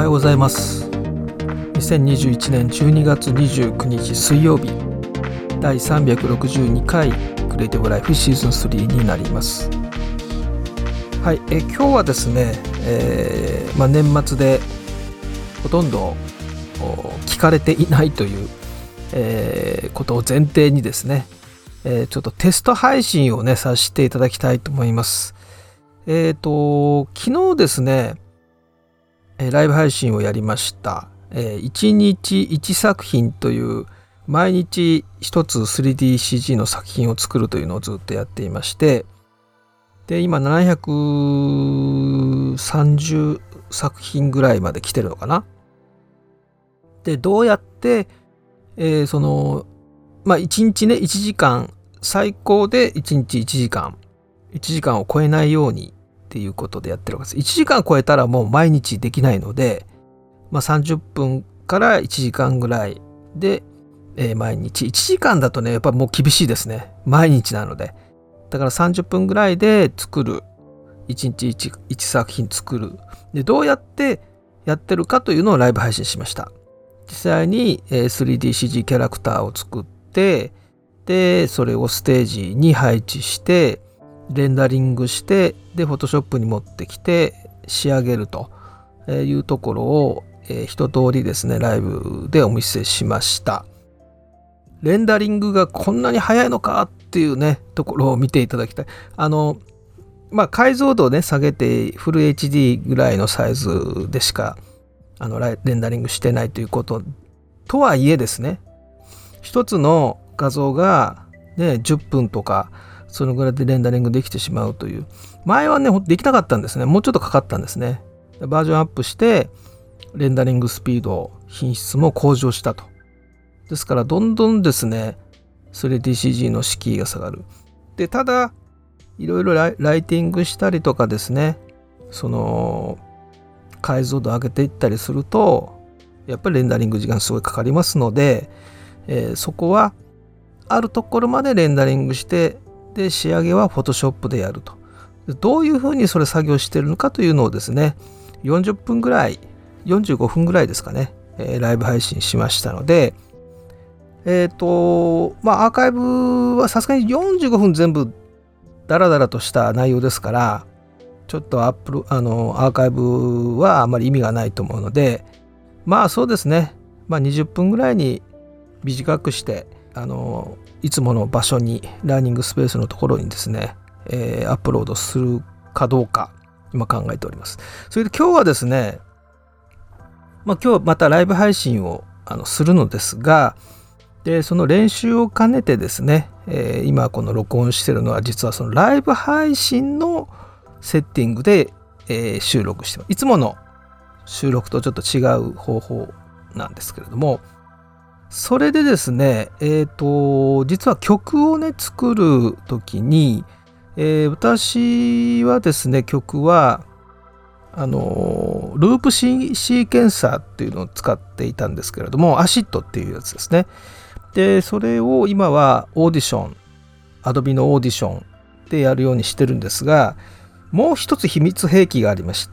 ようございます。2021年12月29日水曜日、第362回クリエイティブライフシーズン3になります。はい、今日はですね、年末でほとんど聞かれていないという、ことを前提にですね、ちょっとテスト配信をねさせていただきたいと思います。昨日ですね、ライブ配信をやりました。1日1作品という毎日一つ 3DCG の作品を作るというのをずっとやっていまして、で今730作品ぐらいまで来てるのかな。でどうやって、1日ね1時間最高で1日1時間を超えないようにっていうことでやってるわけです。1時間超えたらもう毎日できないので、30分から1時間ぐらいで、毎日1時間だとねやっぱもう厳しいですね。毎日なので、だから30分ぐらいで作る、1日 1作品作る。でどうやってやってるかというのをライブ配信しました。実際に 3DCG キャラクターを作って、でそれをステージに配置してレンダリングして、でフォトショップに持ってきて仕上げるというところを、一通りですねライブでお見せしました。レンダリングがこんなに早いのかっていうねところを見ていただきたい。解像度をね下げてフル HD ぐらいのサイズでしかレンダリングしてないということとはいえですね、一つの画像が、ね、10分とかそのぐらいでレンダリングできてしまうという。前はねできなかったんですね。もうちょっとかかったんですね。バージョンアップしてレンダリングスピード品質も向上したと。ですからどんどんですね 3DCG の敷居が下がる。でただいろいろライティングしたりとかですね、その解像度上げていったりするとやっぱりレンダリング時間すごいかかりますので、そこはあるところまでレンダリングして、で仕上げはフォトショップでやると。どういうふうにそれ作業してるのかというのをですね40分ぐらい45分ぐらいですかね、ライブ配信しましたので、アーカイブはさすがに45分全部ダラダラとした内容ですから、ちょっとアーカイブはあまり意味がないと思うので、そうですね、20分ぐらいに短くしていつもの場所にラーニングスペースのところにですね、アップロードするかどうか今考えております。それで今日はですね、今日またライブ配信をするのですが、でその練習を兼ねてですね、今この録音しているのは実はそのライブ配信のセッティングで、収録してます。いつもの収録とちょっと違う方法なんですけれども、それでですね、実は曲をね作る時に、私はですね曲はループシーケンサーっていうのを使っていたんですけれども、アシッドっていうやつですね。でそれを今はAdobe のオーディションでやるようにしてるんですが、もう一つ秘密兵器がありまして、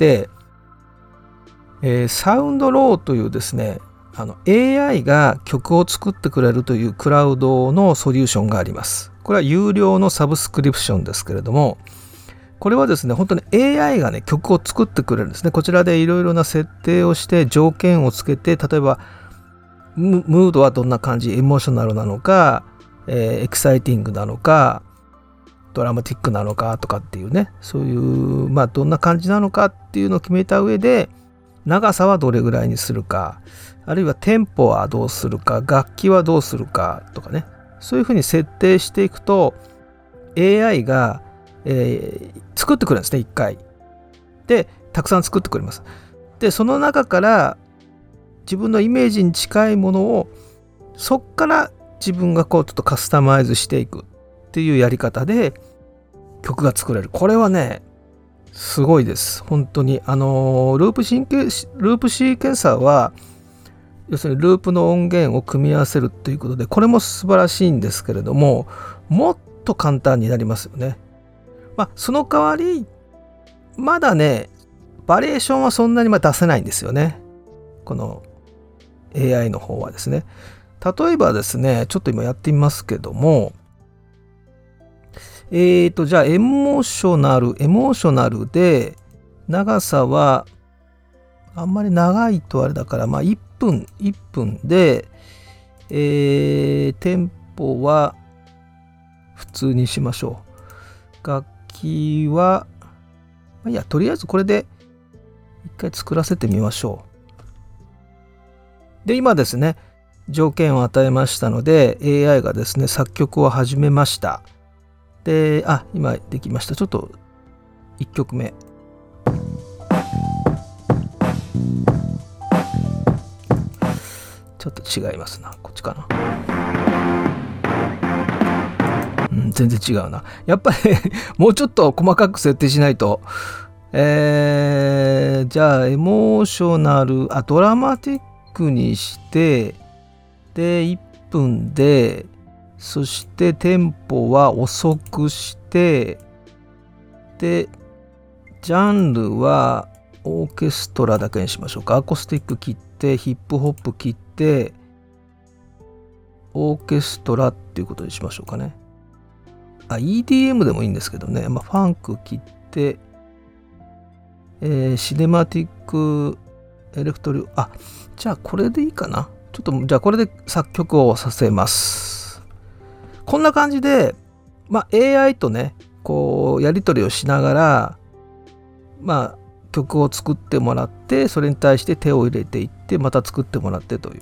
サウンドローというですねAI が曲を作ってくれるというクラウドのソリューションがあります。これは有料のサブスクリプションですけれども、これはですね本当に AI がね曲を作ってくれるんですね。こちらでいろいろな設定をして条件をつけて、例えばムードはどんな感じ、エモーショナルなのか、エキサイティングなのか、ドラマティックなのかとかっていうね、そういうどんな感じなのかっていうのを決めた上で、長さはどれぐらいにするか、あるいはテンポはどうするか、楽器はどうするかとかね、そういうふうに設定していくと AI が、作ってくるんですね。1回でたくさん作ってくれます。でその中から自分のイメージに近いものをそっから自分がちょっとカスタマイズしていくっていうやり方で曲が作れる。これはねすごいです本当に。ループシーケンサーは要するにループの音源を組み合わせるということで、これも素晴らしいんですけれども、もっと簡単になりますよね。その代わりまだねバリエーションはそんなに出せないんですよね。 この AI の方はですね。例えばですね、ちょっと今やってみますけども、じゃあエモーショナルで、長さはあんまり長いとあれだから、まあ1分で、テンポは普通にしましょう。楽器は、いや、とりあえずこれで一回作らせてみましょう。で、今ですね、条件を与えましたので、AI がですね、作曲を始めました。で、今できました。ちょっと1曲目。ちょっと違いますな。こっちかな。全然違うな。やっぱりもうちょっと細かく設定しないと。じゃあ、エモーショナル、ドラマティックにして、で、1分で、そしてテンポは遅くして、で、ジャンルはオーケストラだけにしましょうか。アコースティック切って、ヒップホップ切って、オーケストラっていうことにしましょうかね。EDM でもいいんですけどね。ファンク切って、シネマティックエレクトリじゃあこれでいいかな。ちょっと、じゃあこれで作曲をさせます。こんな感じで、AI とね、こう、やり取りをしながら、曲を作ってもらって、それに対して手を入れていって、また作ってもらってという。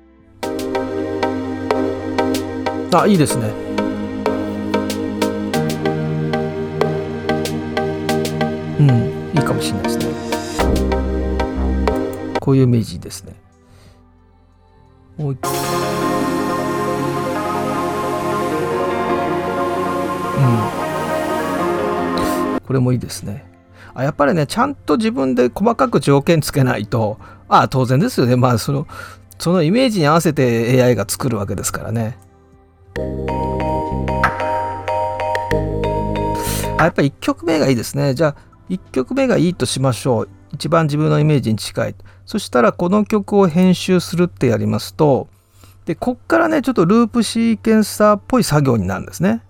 いいですね。いいかもしれないですね。こういうイメージですね。もう一個。これもいいですね。やっぱりね、ちゃんと自分で細かく条件つけないと、当然ですよね。そのイメージに合わせて AI が作るわけですからね。やっぱり1曲目がいいですね。じゃあ1曲目がいいとしましょう。一番自分のイメージに近い。そしたらこの曲を編集するってやりますと、でこっからね、ちょっとループシーケンサーっぽい作業になるんですね。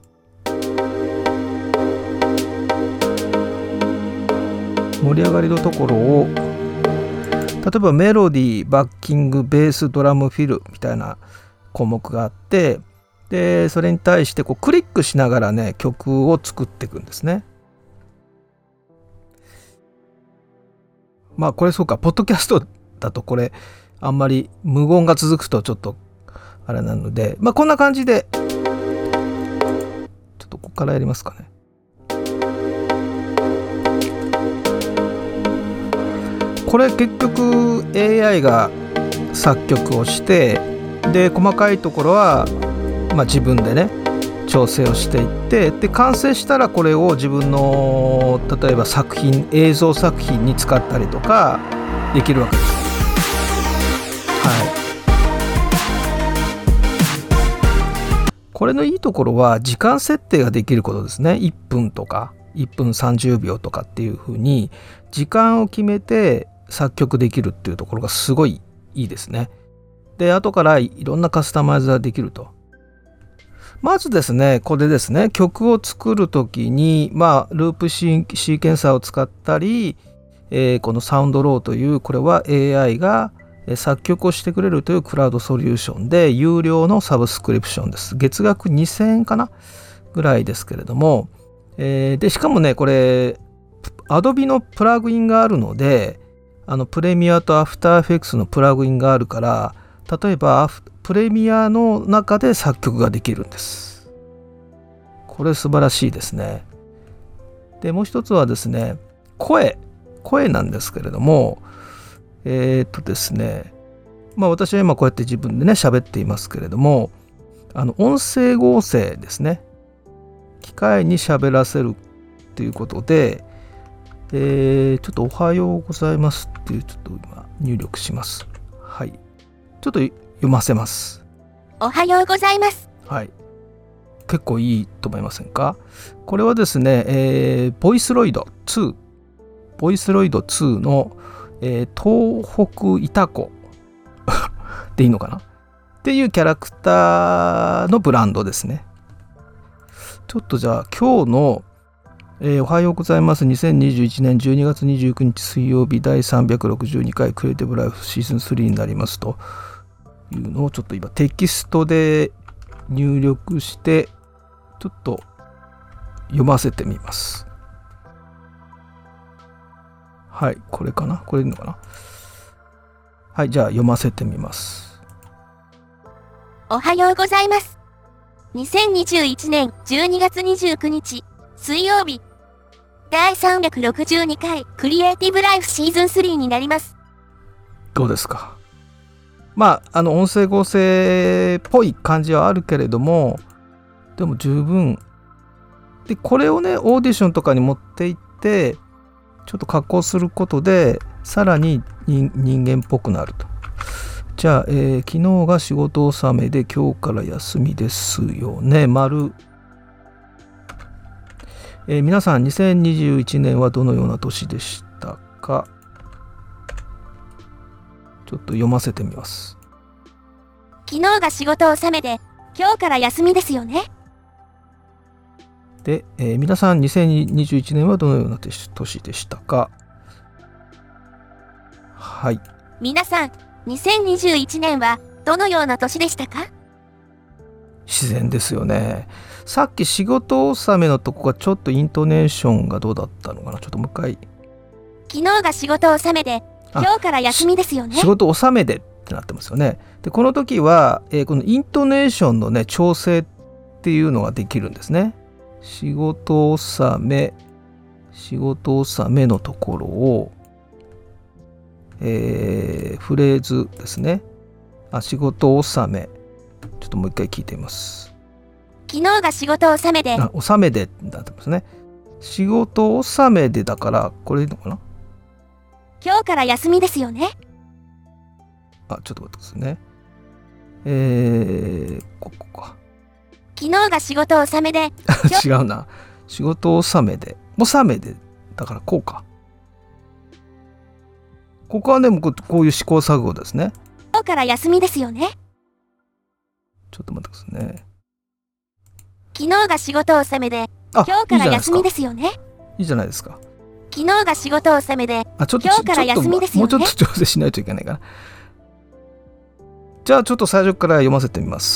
盛り上がりのところを、例えばメロディー、バッキング、ベース、ドラム、フィルみたいな項目があって、でそれに対してこうクリックしながらね、曲を作っていくんですね。これそうか、ポッドキャストだとこれあんまり無言が続くとちょっとあれなので、こんな感じでちょっとここからやりますかね。これ結局 AI が作曲をして、で細かいところは自分でね調整をしていって、で完成したらこれを自分の例えば映像作品に使ったりとかできるわけです。これのいいところは時間設定ができることですね。1分とか1分30秒とかっていう風に時間を決めて作曲できるっていうところがすごいいいですね。で後からいろんなカスタマイズができると。まずですね、これですね、曲を作るときに、ループシーケンサーを使ったり、このサウンドローという、これは AI が作曲をしてくれるというクラウドソリューションで、有料のサブスクリプションです。月額2000円かなぐらいですけれども、でしかもね、これ Adobe のプラグインがあるので、プレミアとアフターエフェクツのプラグインがあるから、例えばプレミアの中で作曲ができるんです。これ素晴らしいですね。でもう一つはですね、声なんですけれども、ですね、私は今こうやって自分でね喋っていますけれども、音声合成ですね、機械に喋らせるっていうことで、ちょっとおはようございますっていう、ちょっと今入力します。はい、ちょっと読ませます。 おはようございます。 はい、結構いいと思いませんか？これはですね、ボイスロイド2の、東北イタコでいいのかなっていうキャラクターのブランドですね。ちょっとじゃあ今日の、おはようございます。2021年12月29日水曜日第362回クリエイティブライフシーズン3になりますというのをちょっと今テキストで入力してちょっと読ませてみます。はい、これかな？これでいいのかな？はい、じゃあ読ませてみます。 おはようございます。2021年12月29日水曜日第362回クリエイティブライフシーズン3になります。 どうですか？まあ音声合成っぽい感じはあるけれども、でも十分で、これをねオーディションとかに持っていってちょっと加工することでさらに人間っぽくなると。じゃあ、昨日が仕事納めで今日から休みですよね。皆さん2021年はどのような年でしたか？ちょっと読ませてみます。 昨日が仕事納めで今日から休みですよね。 で、皆さん2021年はどのような年でしたか？はい。 皆さん2021年はどのような年でしたか？ 自然ですよね。さっき仕事納めのとこがちょっとイントネーションがどうだったのかな。ちょっともう一回。 昨日が仕事納めで今日から休みですよね。 仕事納めでってなってますよね。でこの時は、このイントネーションのね調整っていうのができるんですね。仕事納めのところを、フレーズですね。仕事納め。ちょっともう一回聞いてみます。 昨日が仕事納めで。 納めでってなってますね。仕事納めでだからこれでいいのかな？ 今日から休みですよね。 ちょっと待ってくださいね。ここか。 昨日が仕事納めで。 違うな。仕事納めで。だからこうか。ここはね、もうこういう試行錯誤ですね。 今日から休みですよね。 ちょっと待ってくださいね。 昨日が仕事納めで今日から休みですよね。 いいじゃないですか。 昨日が仕事納めで今日から休みですよね。 もうちょっと調整しないといけないかな。じゃあちょっと最初から読ませてみます。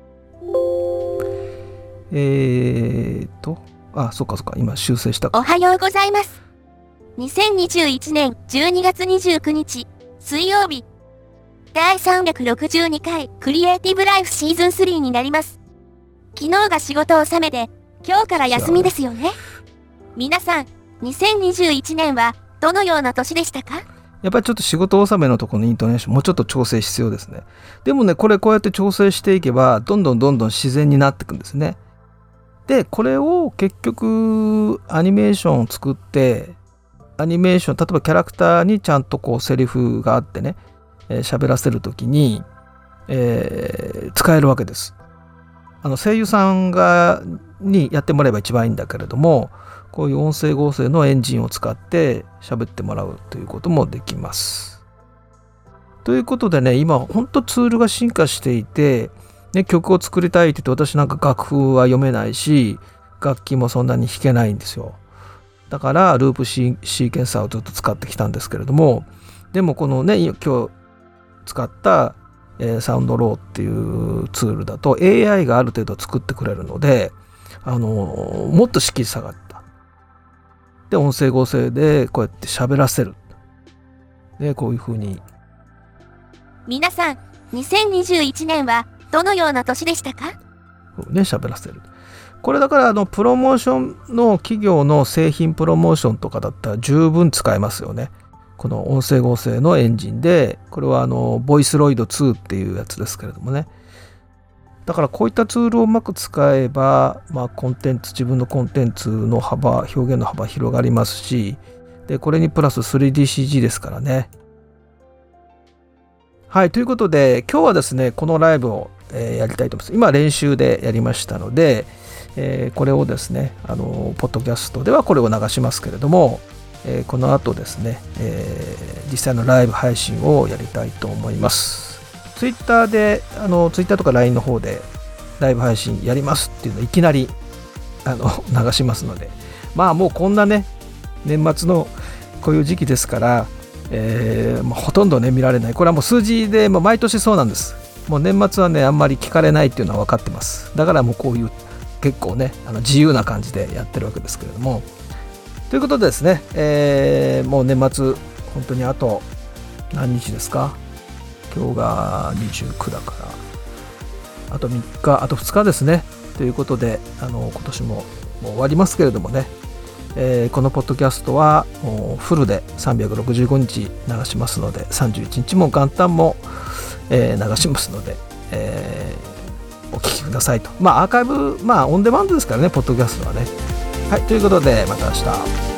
そっか今修正したか。 おはようございます。2021年12月29日水曜日第362回クリエイティブライフシーズン3になります。昨日が仕事納めで今日から休みですよね。皆さん2021年はどのような年でしたか？ やっぱりちょっと仕事納めのところのイントネーションもうちょっと調整必要ですね。でもねこうやって調整していけばどんどん自然になっていくんですね。でこれを結局アニメーションを作って例えばキャラクターにちゃんとこうセリフがあってね喋らせるときに、使えるわけです。声優さんにやってもらえば一番いいんだけれども、こういう音声合成のエンジンを使って喋ってもらうということもできます。ということでね、今本当ツールが進化していて、ね、曲を作りたいって言って私なんか楽譜は読めないし楽器もそんなに弾けないんですよ。だからループシーケンサーをずっと使ってきたんですけれども、でもこのね今日使ったサウンドローっていうツールだと AI がある程度作ってくれるのでもっと識下がった。で音声合成でこうやって喋らせる。でこういう風に。 皆さん2021年はどのような年でしたか？ ね、喋らせる。これだからプロモーションの企業の製品プロモーションとかだったら十分使えますよね。この音声合成のエンジンで、これはボイスロイド2っていうやつですけれどもね。だからこういったツールをうまく使えば、自分のコンテンツの表現の幅広がりますし、でこれにプラス 3DCG ですからね。はい、ということで今日はですねこのライブを、やりたいと思います。今練習でやりましたので、これをですねポッドキャストではこれを流しますけれども、この後ですね、実際のライブ配信をやりたいと思います。 ツイッターでツイッターとか LINE の方でライブ配信やりますっていうのをいきなり流しますので、まあもうこんなね年末のこういう時期ですから、ほとんどね見られない。これはもう数字でもう毎年そうなんです。もう年末はねあんまり聞かれないっていうのは分かってます。だからもうこういう結構ね自由な感じでやってるわけですけれども、ということでですね、もう年末本当にあと何日ですか。今日が29だからあと3日あと2日ですね。ということで今年もう終わりますけれどもね、このポッドキャストはフルで365日流しますので、31日も元旦も、流しますので、お聞きくださいと。アーカイブオンデマンドですからね、ポッドキャストはね。はい、ということでまた明日。